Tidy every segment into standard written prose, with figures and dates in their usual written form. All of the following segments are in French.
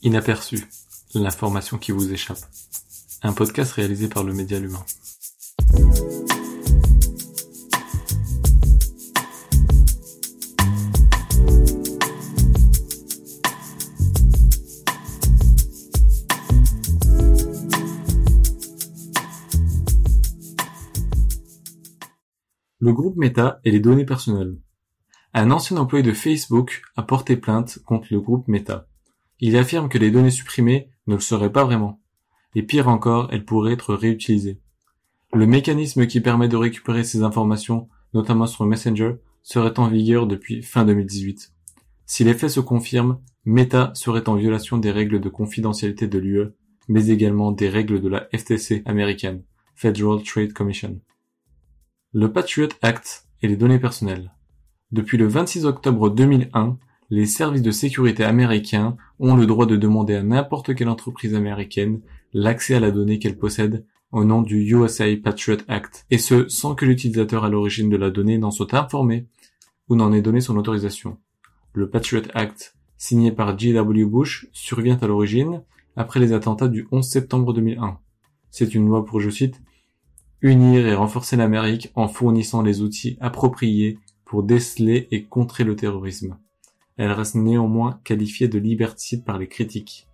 Inaperçu, l'information qui vous échappe. Un podcast réalisé par le Média L'Humain. Le groupe Meta et les données personnelles. Un ancien employé de Facebook a porté plainte contre le groupe Meta. Il affirme que les données supprimées ne le seraient pas vraiment. Et pire encore, elles pourraient être réutilisées. Le mécanisme qui permet de récupérer ces informations, notamment sur Messenger, serait en vigueur depuis fin 2018. Si les faits se confirment, Meta serait en violation des règles de confidentialité de l'UE, mais également des règles de la FTC américaine, Federal Trade Commission. Le Patriot Act et les données personnelles. Depuis le 26 octobre 2001, les services de sécurité américains ont le droit de demander à n'importe quelle entreprise américaine l'accès à la donnée qu'elle possède au nom du USA Patriot Act, et ce, sans que l'utilisateur à l'origine de la donnée n'en soit informé ou n'en ait donné son autorisation. Le Patriot Act, signé par G.W. Bush, survient à l'origine après les attentats du 11 septembre 2001. C'est une loi pour, je cite, unir et renforcer l'Amérique en fournissant les outils appropriés pour déceler et contrer le terrorisme. Elle reste néanmoins qualifiée de liberticide par les critiques.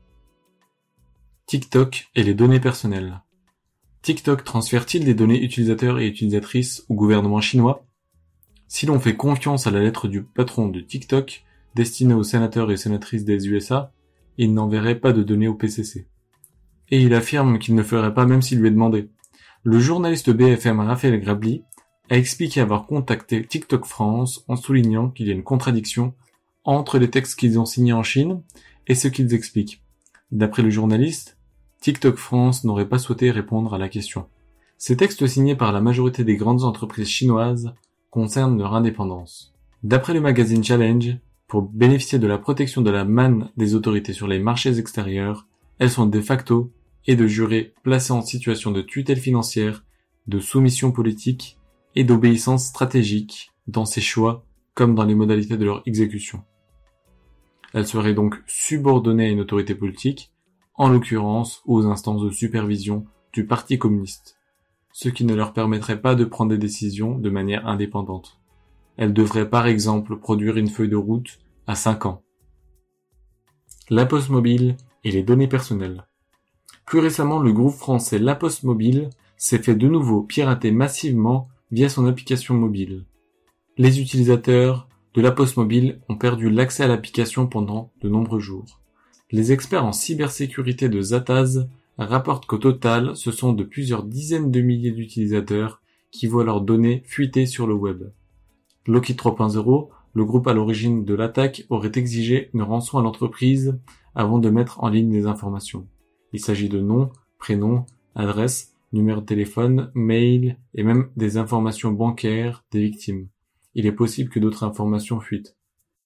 TikTok et les données personnelles. TikTok transfère-t-il des données utilisateurs et utilisatrices au gouvernement chinois? Si l'on fait confiance à la lettre du patron de TikTok, destinée aux sénateurs et sénatrices des USA, il n'enverrait pas de données au PCC. Et il affirme qu'il ne ferait pas même s'il lui est demandé. Le journaliste BFM Raphaël Grabli a expliqué avoir contacté TikTok France en soulignant qu'il y a une contradiction entre les textes qu'ils ont signés en Chine et ce qu'ils expliquent. D'après le journaliste, TikTok France n'aurait pas souhaité répondre à la question. Ces textes signés par la majorité des grandes entreprises chinoises concernent leur indépendance. D'après le magazine Challenge, pour bénéficier de la protection de la manne des autorités sur les marchés extérieurs, elles sont de facto et de jurés placés en situation de tutelle financière, de soumission politique et d'obéissance stratégique dans ses choix comme dans les modalités de leur exécution. Elles seraient donc subordonnées à une autorité politique, en l'occurrence aux instances de supervision du Parti communiste, ce qui ne leur permettrait pas de prendre des décisions de manière indépendante. Elles devraient par exemple produire une feuille de route à 5 ans. La Poste Mobile et les données personnelles. Plus récemment, le groupe français La Poste Mobile s'est fait de nouveau pirater massivement via son application mobile. Les utilisateurs de La Poste Mobile ont perdu l'accès à l'application pendant de nombreux jours. Les experts en cybersécurité de Zataz rapportent qu'au total, ce sont de plusieurs dizaines de milliers d'utilisateurs qui voient leurs données fuiter sur le web. Lockheed 3.0, le groupe à l'origine de l'attaque, aurait exigé une rançon à l'entreprise avant de mettre en ligne les informations. Il s'agit de nom, prénom, adresse, numéro de téléphone, mail et même des informations bancaires des victimes. Il est possible que d'autres informations fuitent.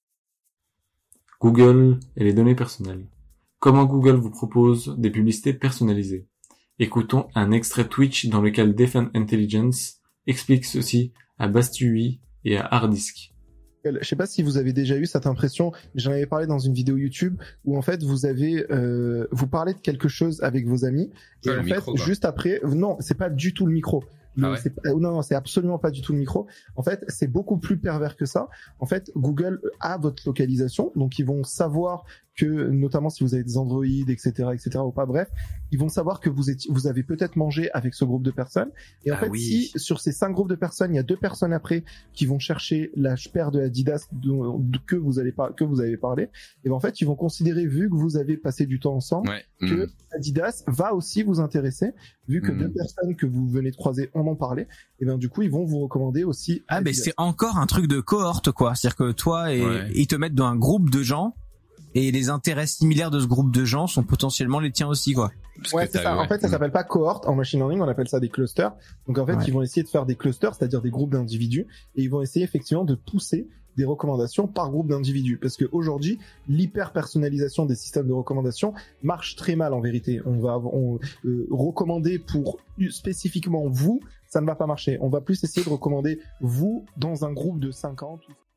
Google et les données personnelles. Comment Google vous propose des publicités personnalisées? Écoutons un extrait Twitch dans lequel Defend Intelligence explique ceci à Bastui et à Hardisk. Je sais pas si vous avez déjà eu cette impression, j'en avais parlé dans une vidéo YouTube où en fait vous avez vous parlez de quelque chose avec vos amis et en fait micro, juste après non, c'est pas du tout le micro. Non, c'est absolument pas du tout le micro. En fait, c'est beaucoup plus pervers que ça. En fait, Google a votre localisation, donc ils vont savoir que, notamment si vous avez des Android, etc., ou pas, bref, ils vont savoir que vous avez peut-être mangé avec ce groupe de personnes. Et en fait, si sur ces 5 groupes de personnes, il y a 2 personnes après qui vont chercher la paire de Adidas que vous avez parlé, et ben en fait, ils vont considérer, vu que vous avez passé du temps ensemble, que Adidas va aussi vous intéresser, vu que 2 personnes que vous venez de croiser en ont parlé, et ben du coup, ils vont vous recommander aussi. Ah, mais c'est encore un truc de cohorte, quoi. C'est-à-dire que toi et ils te mettent dans un groupe de gens. Et les intérêts similaires de ce groupe de gens sont potentiellement les tiens aussi, quoi. C'est ça. En fait, ça s'appelle pas cohorte. En machine learning, on appelle ça des clusters. Donc, en fait, ils vont essayer de faire des clusters, c'est-à-dire des groupes d'individus. Et ils vont essayer, effectivement, de pousser des recommandations par groupe d'individus. Parce que aujourd'hui, l'hyper-personnalisation des systèmes de recommandation marche très mal, en vérité. On va recommander pour spécifiquement vous, ça ne va pas marcher. On va plus essayer de recommander vous dans un groupe de 50 ou